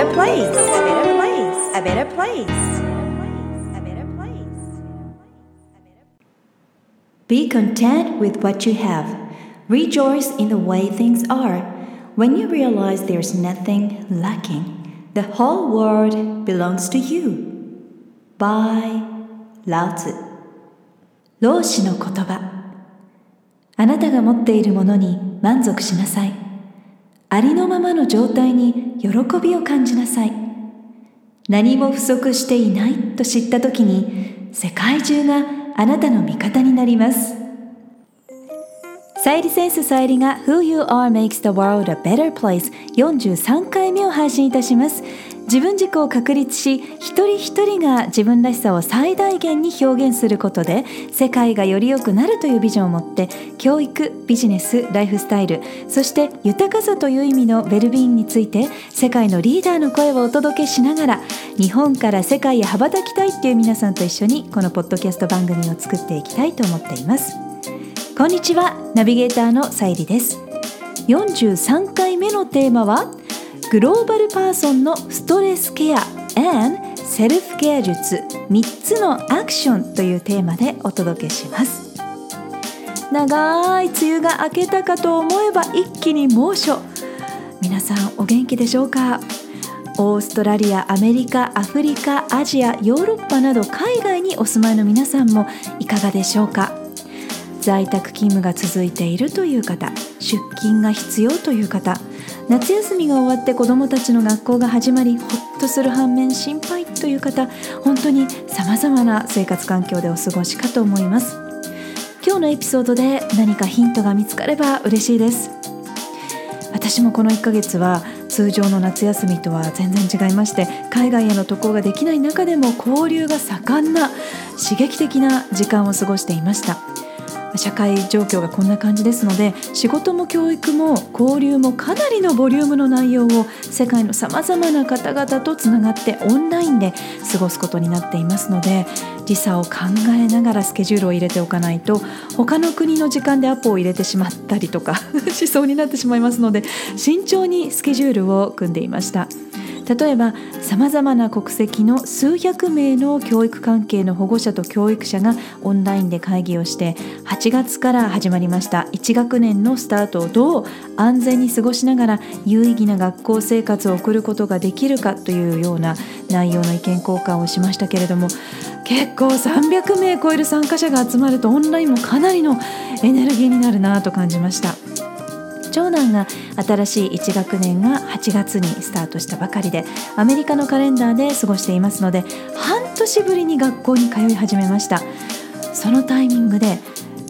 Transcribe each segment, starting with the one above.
better place, a better place, a better place, a better place. Be content with what you have. Rejoice in the way things are. When you realize there's nothing lacking, the whole world belongs to you. By 老子。老子の言葉。あなたが持っているものに満足しなさい。ありのままの状態に喜びを感じなさい。何も不足していないと知ったときに、世界中があなたの味方になります。さゆりセンスさゆりが Who You Are Makes the World a Better Place 43回目を配信いたします。自分軸を確立し、一人一人が自分らしさを最大限に表現することで世界がより良くなるというビジョンを持って、教育、ビジネス、ライフスタイル、そして豊かさという意味のウェルビーイングについて世界のリーダーの声をお届けしながら、日本から世界へ羽ばたきたいっていう皆さんと一緒にこのポッドキャスト番組を作っていきたいと思っています。こんにちは、ナビゲーターのさゆりです。43回目のテーマはグローバルパーソンのストレスケア and セルフケア術3つのアクションというテーマでお届けします。長い梅雨が明けたかと思えば一気に猛暑。皆さんお元気でしょうか？オーストラリア、アメリカ、アフリカ、アジア、ヨーロッパなど海外にお住まいの皆さんもいかがでしょうか？在宅勤務が続いているという方、出勤が必要という方、夏休みが終わって子どもたちの学校が始まり、ほっとする反面心配という方、本当にさまざまな生活環境でお過ごしかと思います。今日のエピソードで何かヒントが見つかれば嬉しいです。私もこの1ヶ月は通常の夏休みとは全然違いまして、海外への渡航ができない中でも交流が盛んな刺激的な時間を過ごしていました。社会状況がこんな感じですので、仕事も教育も交流もかなりのボリュームの内容を世界のさまざまな方々とつながってオンラインで過ごすことになっていますので、時差を考えながらスケジュールを入れておかないと、他の国の時間でアポを入れてしまったりとかしそうになってしまいますので、慎重にスケジュールを組んでいました。例えばさまざまな国籍の数百名の教育関係の保護者と教育者がオンラインで会議をして、8月から始まりました1学年のスタートをどう安全に過ごしながら有意義な学校生活を送ることができるかというような内容の意見交換をしましたけれども、結構300名超える参加者が集まるとオンラインもかなりのエネルギーになるなと感じました。長男が新しい1学年が8月にスタートしたばかりで、アメリカのカレンダーで過ごしていますので、半年ぶりに学校に通い始めました。そのタイミングで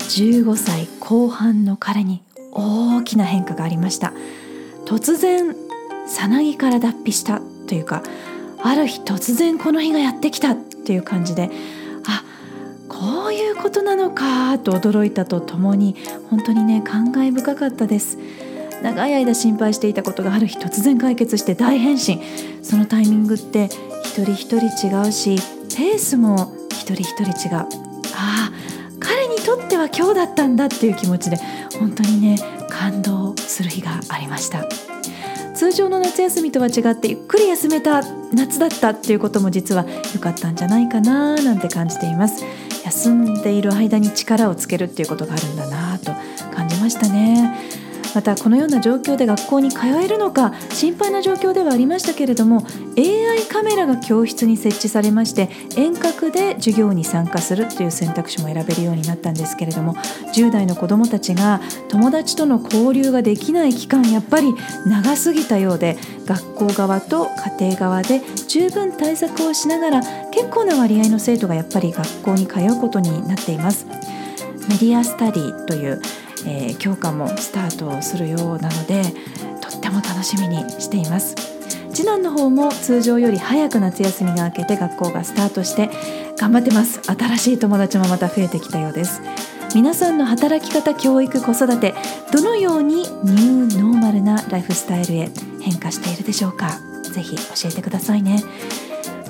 15歳後半の彼に大きな変化がありました。突然さなぎから脱皮したというか、ある日突然この日がやってきたという感じで、こういうことなのかと驚いたとともに、本当にね、感慨深かったです。長い間心配していたことがある日突然解決して大変身。そのタイミングって一人一人違うし、ペースも一人一人違う。彼にとっては今日だったんだっていう気持ちで、本当にね、感動する日がありました。通常の夏休みとは違ってゆっくり休めた夏だったっていうことも実は良かったんじゃないかななんて感じています。休んでいる間に力をつけるっていうことがあるんだなと感じましたね。またこのような状況で学校に通えるのか心配な状況ではありましたけれども、 AI カメラが教室に設置されまして、遠隔で授業に参加するという選択肢も選べるようになったんですけれども、10代の子どもたちが友達との交流ができない期間、やっぱり長すぎたようで、学校側と家庭側で十分対策をしながら、結構な割合の生徒がやっぱり学校に通うことになっています。メディアスタディという教科もスタートするようなので、とっても楽しみにしています。次男の方も通常より早く夏休みが明けて学校がスタートして頑張ってます。新しい友達もまた増えてきたようです。皆さんの働き方、教育、子育て、どのようにニューノーマルなライフスタイルへ変化しているでしょうか。ぜひ教えてくださいね。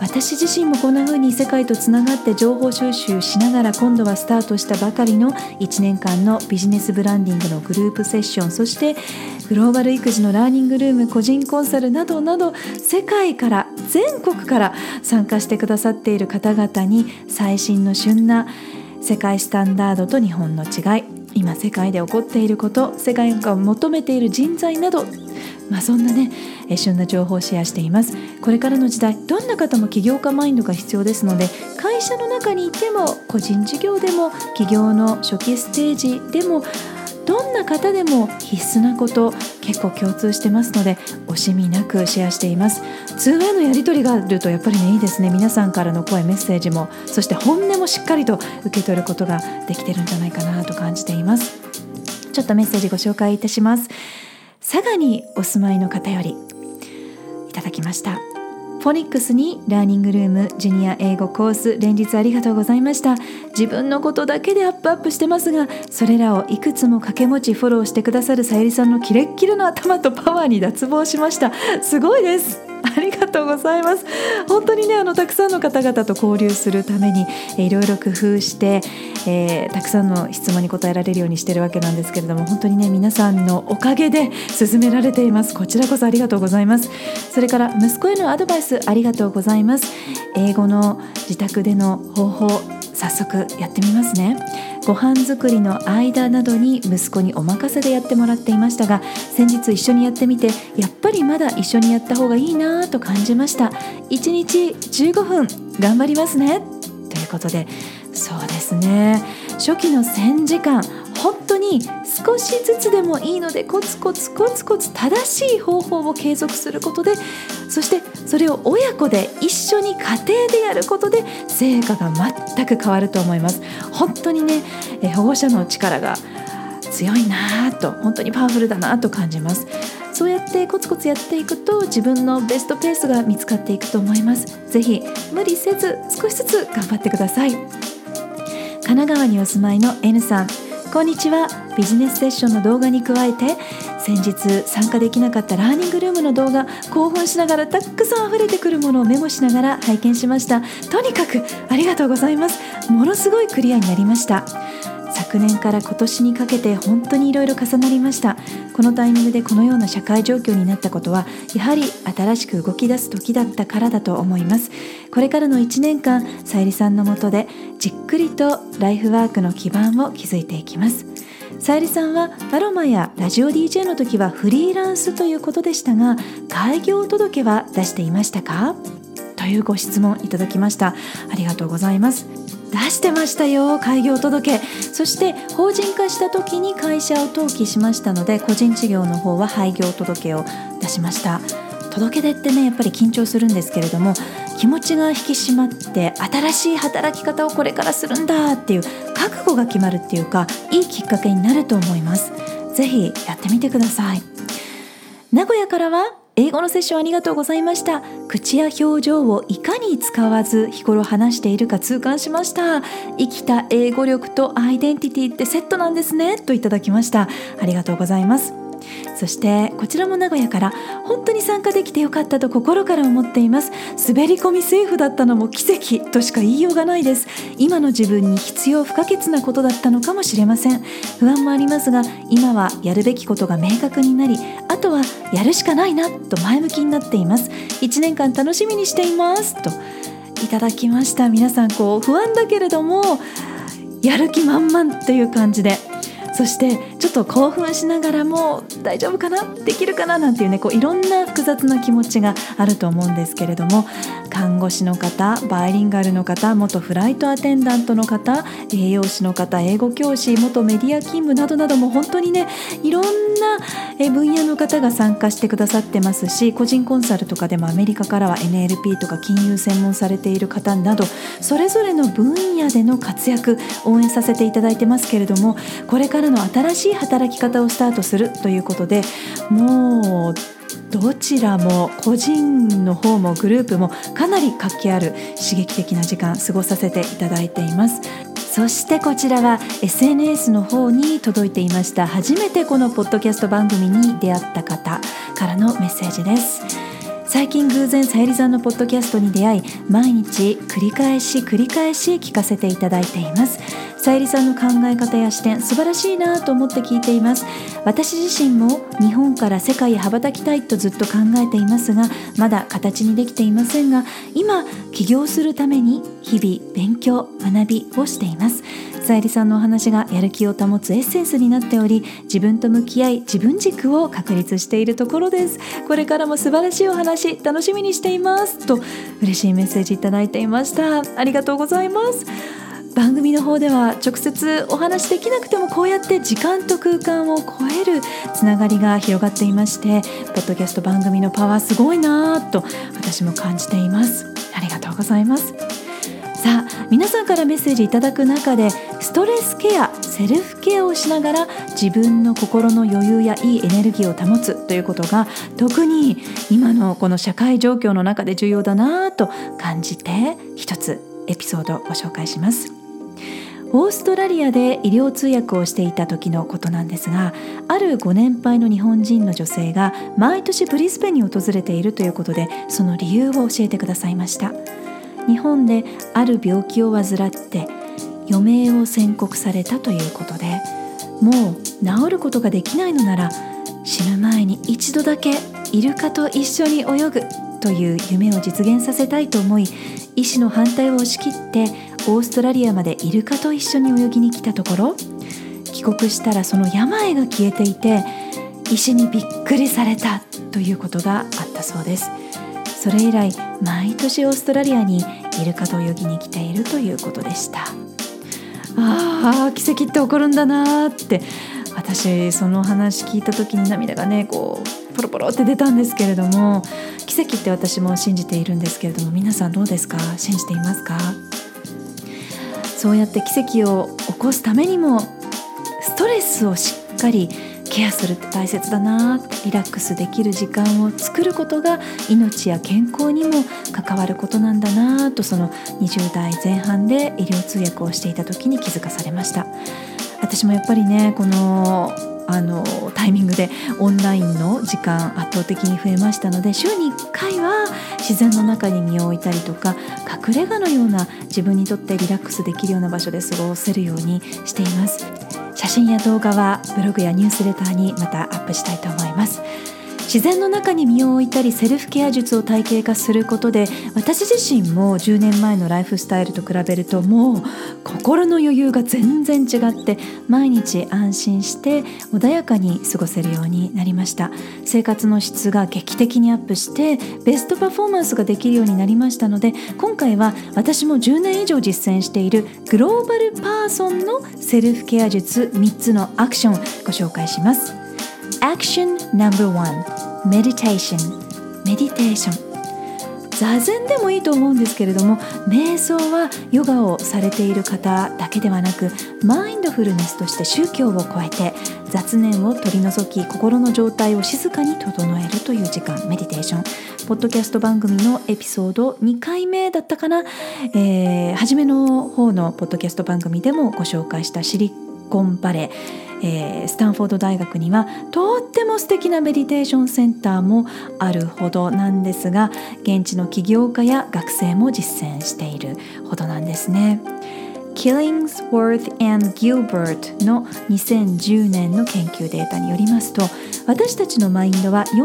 私自身もこんな風に世界とつながって情報収集しながら今度はスタートしたばかりの1年間のビジネスブランディングのグループセッション、そしてグローバル育児のラーニングルーム、個人コンサルなどなど、世界から全国から参加してくださっている方々に最新の旬な世界スタンダードと日本の違い、今世界で起こっていること、世界が求めている人材など、そんなね旬な情報をシェアしています。これからの時代、どんな方も起業家マインドが必要ですので、会社の中にいても個人事業でも起業の初期ステージでもどんな方でも必須なこと結構共通してますので、惜しみなくシェアしています。通話へのやり取りがあるとやっぱりねいいですね。皆さんからの声、メッセージも、そして本音もしっかりと受け取ることができてるんじゃないかなと感じています。ちょっとメッセージご紹介いたします。佐賀にお住まいの方よりいただきました。フォニックスにラーニングルームジュニア英語コース、連日ありがとうございました。自分のことだけでアップしてますが、それらをいくつも掛け持ちフォローしてくださるさゆりさんのキレッキレの頭とパワーに脱帽しました。すごいです。ありがとうございます。本当にねたくさんの方々と交流するためにいろいろ工夫して、たくさんの質問に答えられるようにしてるわけなんですけれども、本当にね皆さんのおかげで進められています。こちらこそありがとうございます。それから息子へのアドバイスありがとうございます。英語の自宅での方法、早速やってみますね。ご飯作りの間などに息子にお任せでやってもらっていましたが、先日一緒にやってみてやっぱりまだ一緒にやった方がいいなと感じました。1日15分頑張りますねということで、そうですね、初期の1000時間本当に少しずつでもいいのでコツコツ正しい方法を継続することで、そしてそれを親子で一緒に家庭でやることで成果が全く変わると思います。本当にね保護者の力が強いなと、本当にパワフルだなと感じます。そうやってコツコツやっていくと自分のベストペースが見つかっていくと思います。ぜひ無理せず少しずつ頑張ってください。神奈川にお住まいの N さん、こんにちは。ビジネスセッションの動画に加えて先日参加できなかったラーニングルームの動画、興奮しながらたくさん溢れてくるものをメモしながら拝見しました。とにかくありがとうございます。ものすごいクリアになりました。昨年から今年にかけて本当にいろいろ重なりました。このタイミングでこのような社会状況になったことはやはり新しく動き出す時だったからだと思います。これからの1年間、さゆりさんの下でじっくりとライフワークの基盤を築いていきます。さゆりさんはアロマやラジオ DJ の時はフリーランスということでしたが、開業届は出していましたかというご質問いただきました。ありがとうございます。出してましたよ、開業届。そして法人化した時に会社を登記しましたので、個人事業の方は廃業届を出しました。届け出ってねやっぱり緊張するんですけれども、気持ちが引き締まって新しい働き方をこれからするんだっていう覚悟が決まるっていうか、いいきっかけになると思います。ぜひやってみてください。名古屋からは英語のセッションありがとうございました。口や表情をいかに使わず日頃話しているか痛感しました。生きた英語力とアイデンティティってセットなんですねといただきました。ありがとうございます。そしてこちらも名古屋から、本当に参加できてよかったと心から思っています。滑り込みセーフだったのも奇跡としか言いようがないです。今の自分に必要不可欠なことだったのかもしれません。不安もありますが、今はやるべきことが明確になり、あとはやるしかないなと前向きになっています。1年間楽しみにしていますといただきました。皆さん不安だけれどもやる気満々という感じで、そしてちょっと興奮しながらも大丈夫かな、できるかななんていうね、いろんな複雑な気持ちがあると思うんですけれども、看護師の方、バイリンガルの方、元フライトアテンダントの方、栄養士の方、英語教師、元メディア勤務などなども本当にねいろんな分野の方が参加してくださってますし、個人コンサルとかでもアメリカからは NLP とか金融専門されている方など、それぞれの分野での活躍応援させていただいてますけれども、これからの新しい働き方をスタートするということで、もうどちらも個人の方もグループもかなり活気ある刺激的な時間過ごさせていただいています。そしてこちらは SNS の方に届いていました。初めてこのポッドキャスト番組に出会った方からのメッセージです。 最近偶然さゆりさんのポッドキャストに出会い、毎日繰り返し聞かせていただいています。さゆりさんの考え方や視点、素晴らしいなと思って聞いています。私自身も日本から世界へ羽ばたきたいとずっと考えていますが、まだ形にできていませんが、今起業するために日々勉強学びをしています。さゆりさんのお話がやる気を保つエッセンスになっており、自分と向き合い自分軸を確立しているところです。これからも素晴らしいお話楽しみにしていますと嬉しいメッセージいただいていました。ありがとうございます。番組の方では直接お話できなくても、こうやって時間と空間を超えるつながりが広がっていまして、ポッドキャスト番組のパワーすごいなと私も感じています。ありがとうございます。さあ、皆さんからメッセージいただく中で、ストレスケア、セルフケアをしながら自分の心の余裕やいいエネルギーを保つということが、特に今のこの社会状況の中で重要だなと感じて、一つエピソードをご紹介します。オーストラリアで医療通訳をしていた時のことなんですが、あるご年配の日本人の女性が毎年ブリスベンに訪れているということで、その理由を教えてくださいました。日本である病気を患って余命を宣告されたということで、もう治ることができないのなら死ぬ前に一度だけイルカと一緒に泳ぐという夢を実現させたいと思い、医師の反対を押し切ってオーストラリアまでイルカと一緒に泳ぎに来たところ、帰国したらその病が消えていて、医師にびっくりされたということがあったそうです。それ以来毎年オーストラリアにイルカと泳ぎに来ているということでした。奇跡って起こるんだなって、私その話聞いた時に涙がね、こうポロポロって出たんですけれども、奇跡って私も信じているんですけれども、皆さんどうですか？信じていますか？そうやって奇跡を起こすためにもストレスをしっかりケアするって大切だなって、リラックスできる時間を作ることが命や健康にも関わることなんだなと、その20代前半で医療通訳をしていた時に気づかされました。私もやっぱりね、このタイミングでオンラインの時間圧倒的に増えましたので、週に1回は自然の中に身を置いたりとか、隠れ家のような自分にとってリラックスできるような場所で過ごせるようにしています。写真や動画はブログやニュースレターにまたアップしたいと思います。自然の中に身を置いたりセルフケア術を体系化することで、私自身も10年前のライフスタイルと比べるともう心の余裕が全然違って、毎日安心して穏やかに過ごせるようになりました。生活の質が劇的にアップしてベストパフォーマンスができるようになりましたので、今回は私も10年以上実践しているグローバルパーソンのセルフケア術3つのアクションをご紹介します。Action No.1 メディテーション。座禅でもいいと思うんですけれども、瞑想はヨガをされている方だけではなく、マインドフルネスとして宗教を超えて雑念を取り除き、心の状態を静かに整えるという時間、メディテーション。ポッドキャスト番組のエピソード2回目だったかな、初めの方のポッドキャスト番組でもご紹介したシリコンバレー、スタンフォード大学にはとっても素敵なメディテーションセンターもあるほどなんですが、現地の起業家や学生も実践しているほどなんですね。Killingsworth and Gilbert の2010年の研究データによりますと、私たちのマインドは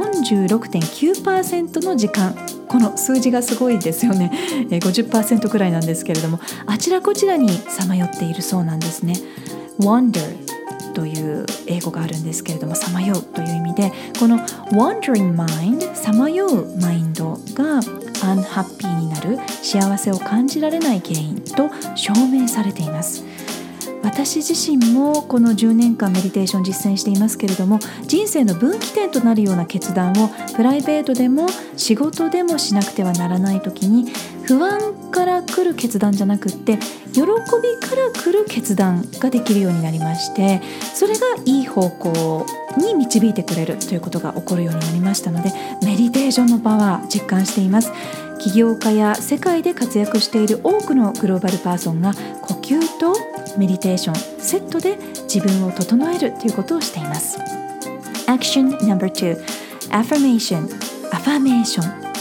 46.9% の時間、この数字がすごいですよね。50% くらいなんですけれども、あちらこちらにさまよっているそうなんですね。Wanderという英語があるんですけれども、さまようという意味で、この wandering mind、 さまようマインドがアンハッピーになる、幸せを感じられない原因と証明されています。私自身もこの10年間メディテーション実践していますけれども、人生の分岐点となるような決断をプライベートでも仕事でもしなくてはならないときに、不安から来る決断じゃなくって喜びから来る決断ができるようになりまして、それがいい方向に導いてくれるということが起こるようになりましたので、メディテーションのパワー実感しています。起業家や世界で活躍している多くのグローバルパーソンが呼吸とメディテーションセットで自分を整えるということをしています。Action No.2 アファメーション。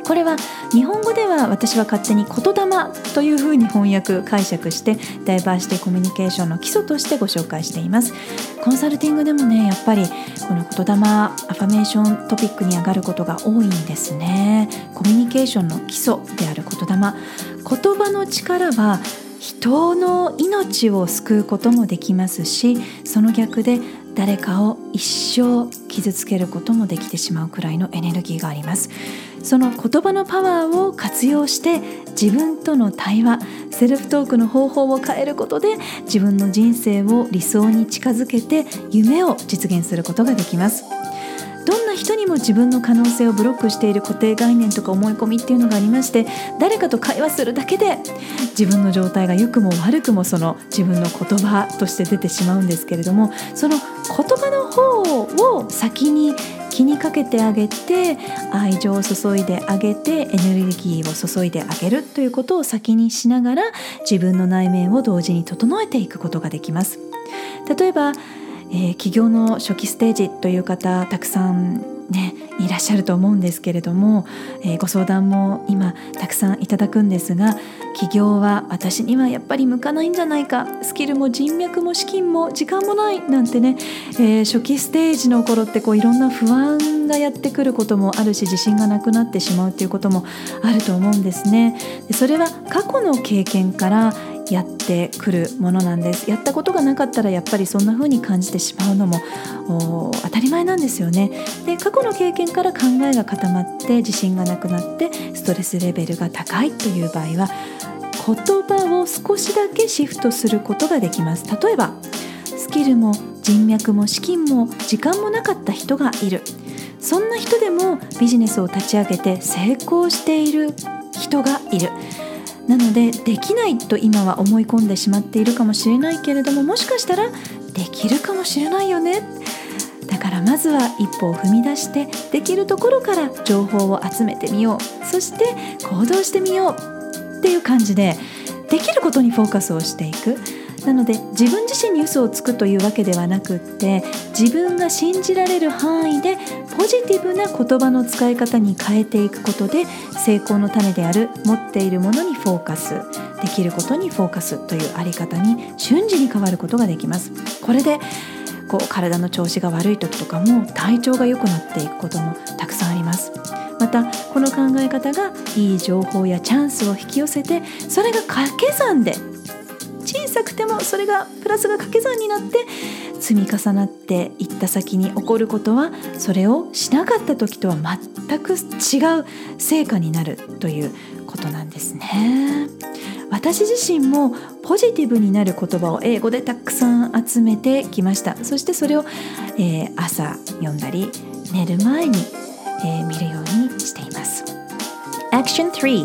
これは日本語では私は勝手に言霊というふうに翻訳解釈してダイバーシティコミュニケーションの基礎としてご紹介しています。コンサルティングでもねやっぱりこの言霊アファメーショントピックに上がることが多いんですね。コミュニケーションの基礎である言霊、言葉の力は人の命を救うこともできますし、その逆で誰かを一生傷つけることもできてしまうくらいのエネルギーがあります。その言葉のパワーを活用して自分との対話、セルフトークの方法を変えることで自分の人生を理想に近づけて夢を実現することができます。どんな人にも自分の可能性をブロックしている固定概念とか思い込みっていうのがありまして、誰かと会話するだけで自分の状態が良くも悪くもその自分の言葉として出てしまうんですけれども、その言葉の方を先に気にかけてあげて愛情を注いであげてエネルギーを注いであげるということを先にしながら自分の内面を同時に整えていくことができます。例えば起業の初期ステージという方たくさんねいらっしゃると思うんですけれども、ご相談も今たくさんいただくんですが、起業は私にはやっぱり向かないんじゃないか、スキルも人脈も資金も時間もないなんてね、初期ステージの頃っていろんな不安がやってくることもあるし、自信がなくなってしまうということもあると思うんですね。でそれは過去の経験からやってくるものなんです。やったことがなかったらやっぱりそんな風に感じてしまうのも当たり前なんですよね。で過去の経験から考えが固まって自信がなくなってストレスレベルが高いという場合は言葉を少しだけシフトすることができます。例えばスキルも人脈も資金も時間もなかった人がいる、そんな人でもビジネスを立ち上げて成功している人がいる。なのでできないと今は思い込んでしまっているかもしれないけれども、もしかしたらできるかもしれないよね。だからまずは一歩を踏み出してできるところから情報を集めてみよう、そして行動してみようっていう感じでできることにフォーカスをしていく。なので自分自身に嘘をつくというわけではなくって、自分が信じられる範囲でポジティブな言葉の使い方に変えていくことで成功の種である持っているものにフォーカス、できることにフォーカスというあり方に瞬時に変わることができます。これで体の調子が悪い時とかも体調が良くなっていくこともたくさんあります。またこの考え方がいい情報やチャンスを引き寄せて、それが掛け算で小さくてもそれがプラスが掛け算になって積み重なっていった先に起こることは、それをしなかった時とは全く違う成果になるということなんですね。私自身もポジティブになる言葉を英語でたくさん集めてきました。そしてそれを、朝読んだり寝る前に、見るようにしています。 Action 3、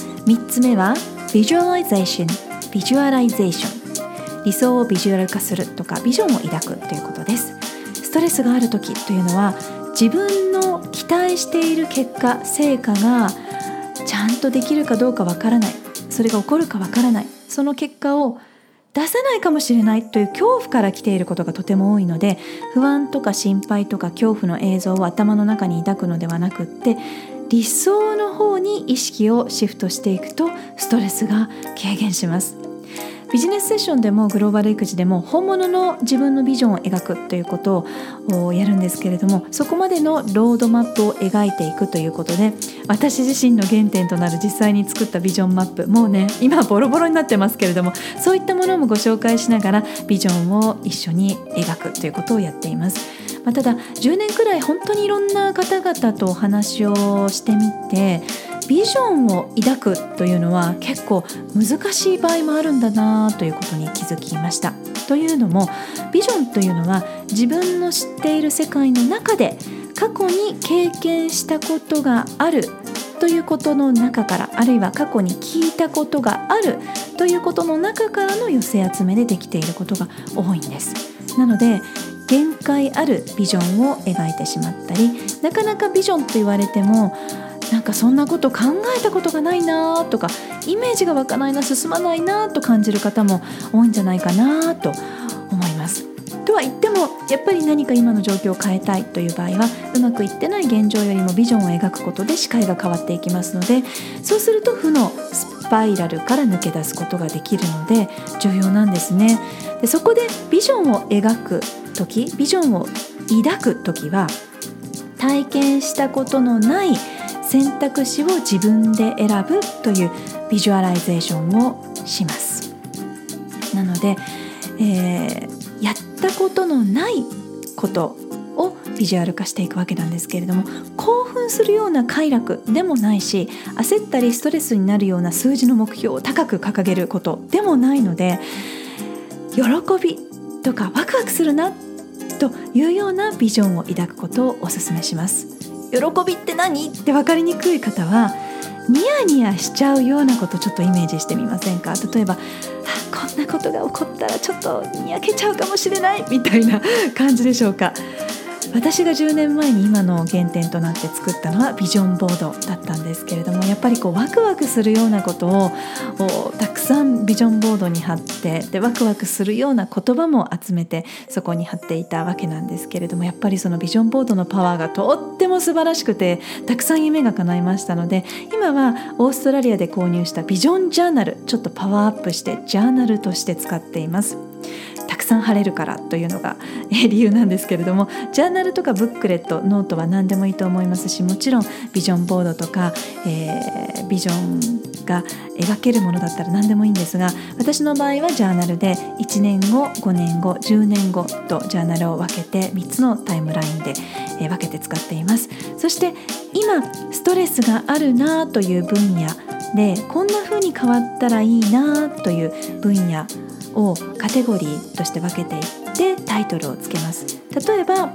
3つ目は Visualization、 ビジュアライゼーション、理想をビジュアル化するとかビジョンを抱くということです。ストレスがある時というのは自分の期待している結果、成果がちゃんとできるかどうかわからない、それが起こるかわからない、その結果を出せないかもしれないという恐怖から来ていることがとても多いので、不安とか心配とか恐怖の映像を頭の中に抱くのではなくって、理想の方に意識をシフトしていくとストレスが軽減します。ビジネスセッションでもグローバル育児でも本物の自分のビジョンを描くということをやるんですけれども、そこまでのロードマップを描いていくということで、私自身の原点となる実際に作ったビジョンマップ、もうね今ボロボロになってますけれども、そういったものもご紹介しながらビジョンを一緒に描くということをやっています。ただ10年くらい本当にいろんな方々とお話をしてみて、ビジョンを抱くというのは結構難しい場合もあるんだなということに気づきました。というのもビジョンというのは自分の知っている世界の中で過去に経験したことがあるということの中から、あるいは過去に聞いたことがあるということの中からの寄せ集めでできていることが多いんです。なので限界あるビジョンを描いてしまったり、なかなかビジョンと言われてもなんかそんなこと考えたことがないなとか、イメージが湧かないな、進まないなと感じる方も多いんじゃないかなと思います。 とは言ってもやっぱり何か今の状況を変えたいという場合は、うまくいってない現状よりもビジョンを描くことで視界が変わっていきますので、そうすると負のスパイラルから抜け出すことができるので重要なんですね。でそこでビジョンを描くとき、ビジョンを抱くときは、体験したことのない選択肢を自分で選ぶというビジュアライゼーションをします。なので、やったことのないことをビジュアル化していくわけなんですけれども、興奮するような快楽でもないし、焦ったりストレスになるような数字の目標を高く掲げることでもないので、喜びとかワクワクするなというようなビジョンを抱くことをお勧めします。喜びって何って分かりにくい方は、ニヤニヤしちゃうようなことちょっとイメージしてみませんか。例えば、こんなことが起こったらちょっとにやけちゃうかもしれないみたいな感じでしょうか。私が10年前に今の原点となって作ったのはビジョンボードだったんですけれども、やっぱりワクワクするようなことをたくさんビジョンボードに貼って、でワクワクするような言葉も集めてそこに貼っていたわけなんですけれども、やっぱりそのビジョンボードのパワーがとっても素晴らしくて、たくさん夢が叶いましたので、今はオーストラリアで購入したビジョンジャーナル、ちょっとパワーアップしてジャーナルとして使っています。たくさん貼れるからというのが理由なんですけれども、ジャーナルとかブックレット、ノートは何でもいいと思いますし、もちろんビジョンボードとか、ビジョンが描けるものだったら何でもいいんですが、私の場合はジャーナルで1年後、5年後、10年後とジャーナルを分けて3つのタイムラインで分けて使っています。そして今ストレスがあるなという分野で、こんな風に変わったらいいなという分野をカテゴリーとして分けていってタイトルをつけます。例えば、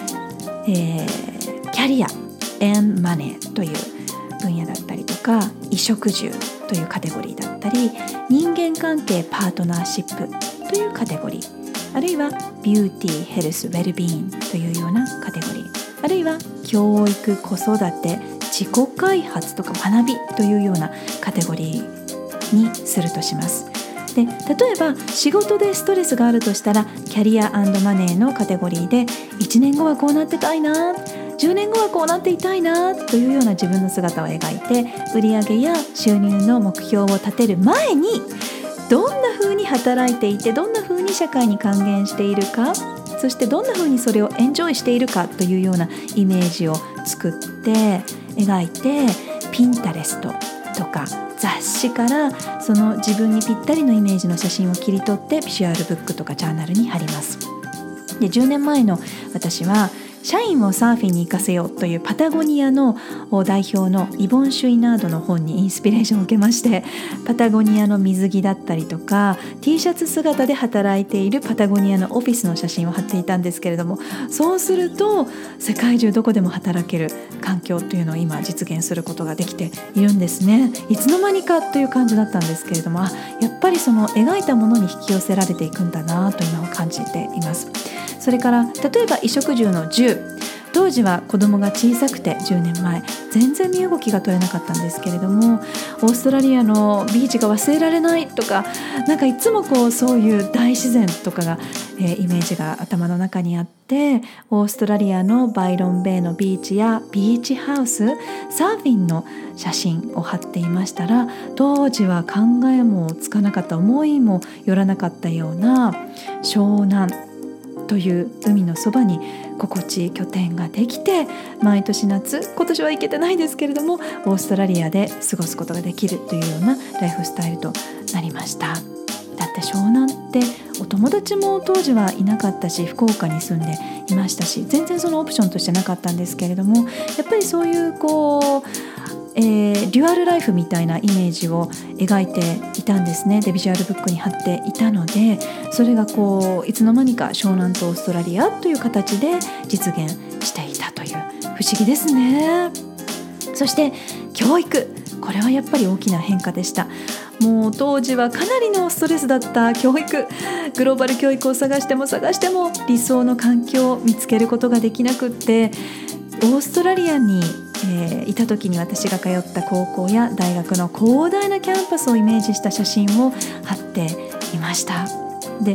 キャリア and money という分野だったりとか、衣食住というカテゴリーだったり、人間関係パートナーシップというカテゴリー、あるいはビューティーヘルスウェルビーンというようなカテゴリー、あるいは教育子育て自己開発とか学びというようなカテゴリーにするとします。で例えば仕事でストレスがあるとしたら、キャリア&マネーのカテゴリーで1年後はこうなってたいな、10年後はこうなっていたいなというような自分の姿を描いて、売上や収入の目標を立てる前に、どんな風に働いていて、どんな風に社会に還元しているか、そしてどんな風にそれをエンジョイしているかというようなイメージを作って描いて、ピンタレストとか雑誌からその自分にぴったりのイメージの写真を切り取ってビジュアルブックとかジャーナルに貼ります。で10年前の私は社員をサーフィンに行かせようというパタゴニアの代表のイボン・シュイナードの本にインスピレーションを受けまして、パタゴニアの水着だったりとか T シャツ姿で働いているパタゴニアのオフィスの写真を貼っていたんですけれども、そうすると世界中どこでも働ける環境というのを今実現することができているんですね。いつの間にかという感じだったんですけれども、やっぱりその描いたものに引き寄せられていくんだなと今は感じています。それから例えば衣食住の10、当時は子供が小さくて10年前全然身動きが取れなかったんですけれども、オーストラリアのビーチが忘れられないとか、なんかいつもそういう大自然とかが、イメージが頭の中にあって、オーストラリアのバイロンベイのビーチやビーチハウス、サーフィンの写真を貼っていましたら、当時は考えもつかなかった、思いもよらなかったような湘南という海のそばに心地いい拠点ができて、毎年夏、今年は行けてないですけれどもオーストラリアで過ごすことができるというようなライフスタイルとなりました。だって湘南ってお友達も当時はいなかったし、福岡に住んでいましたし、全然そのオプションとしてなかったんですけれども、やっぱりそういうデュアルライフみたいなイメージを描いていたんですね。でビジュアルブックに貼っていたので、それがいつの間にか湘南とオーストラリアという形で実現していたという不思議ですね。そして教育、これはやっぱり大きな変化でした。もう当時はかなりのストレスだった教育、グローバル教育を探しても理想の環境を見つけることができなくって、オーストラリアにいた時に私が通った高校や大学の広大なキャンパスをイメージした写真を貼っていました。で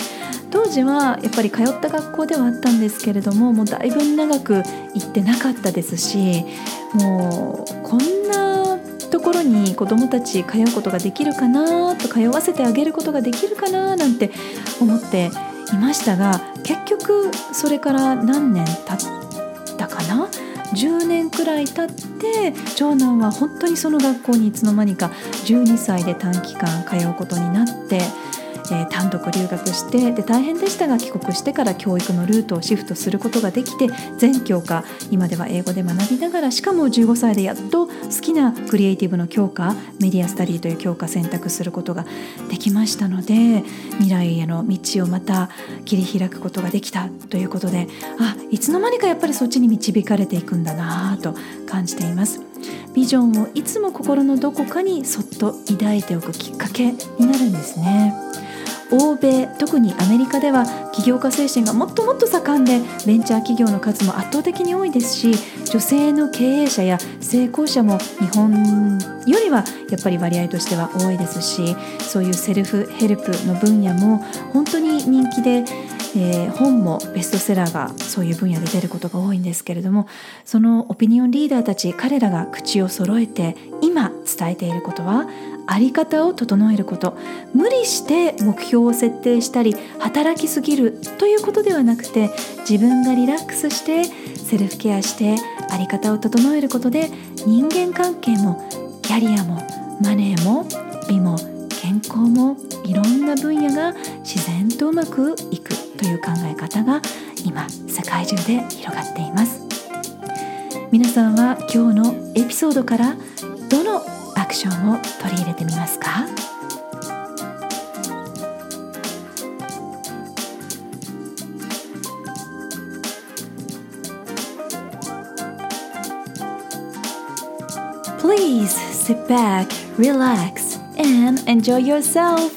当時はやっぱり通った学校ではあったんですけれども、もうだいぶ長く行ってなかったですし、もうこんなところに子どもたち通うことができるかなと、通わせてあげることができるかななんて思っていましたが、結局それから何年経ったかな、10年くらい経って長男は本当にその学校にいつの間にか12歳で短期間通うことになって、単独留学して、で大変でしたが帰国してから教育のルートをシフトすることができて、全教科今では英語で学びながら、しかも15歳でやっと好きなクリエイティブの教科、メディアスタディという教科選択することができましたので、未来への道をまた切り開くことができたということで、いつの間にかやっぱりそっちに導かれていくんだなと感じています。ビジョンをいつも心のどこかにそっと抱いておくきっかけになるんですね。欧米、特にアメリカでは起業家精神がもっともっと盛んで、ベンチャー企業の数も圧倒的に多いですし、女性の経営者や成功者も日本よりはやっぱり割合としては多いですし、そういうセルフヘルプの分野も本当に人気で、本もベストセラーがそういう分野で出ることが多いんですけれども、そのオピニオンリーダーたち、彼らが口を揃えて今伝えていることは、あり方を整えること。無理して目標を設定したり働きすぎるということではなくて、自分がリラックスしてセルフケアしてあり方を整えることで、人間関係もキャリアもマネーも美も健康もいろんな分野が自然とうまくいくという考え方が今世界中で広がっています。皆さんは今日のエピソードからどのアクションを取り入れてみますか？Please sit back, relax, and enjoy yourself.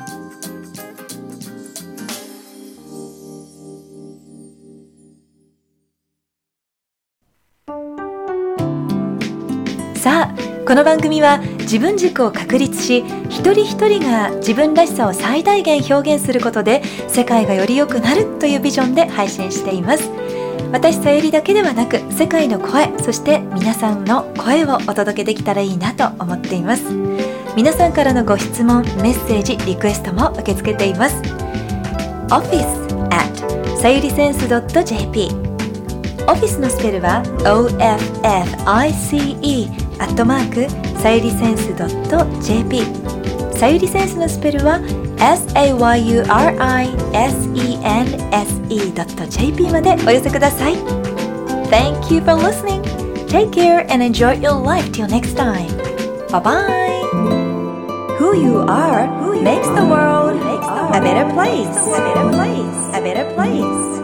さあ、この番組は自分軸を確立し、一人一人が自分らしさを最大限表現することで世界がより良くなるというビジョンで配信しています。私さゆりだけではなく、世界の声、そして皆さんの声をお届けできたらいいなと思っています。皆さんからのご質問、メッセージ、リクエストも受け付けています。office@sayurisense.jp、 オフィスのスペルは office@sayurisense.jp、 さゆりセンスのスペルは sayurisense.jp までお寄せください。 Thank you for listening. Take care and enjoy your life till next time. Bye bye. Who you are makes the world a better place.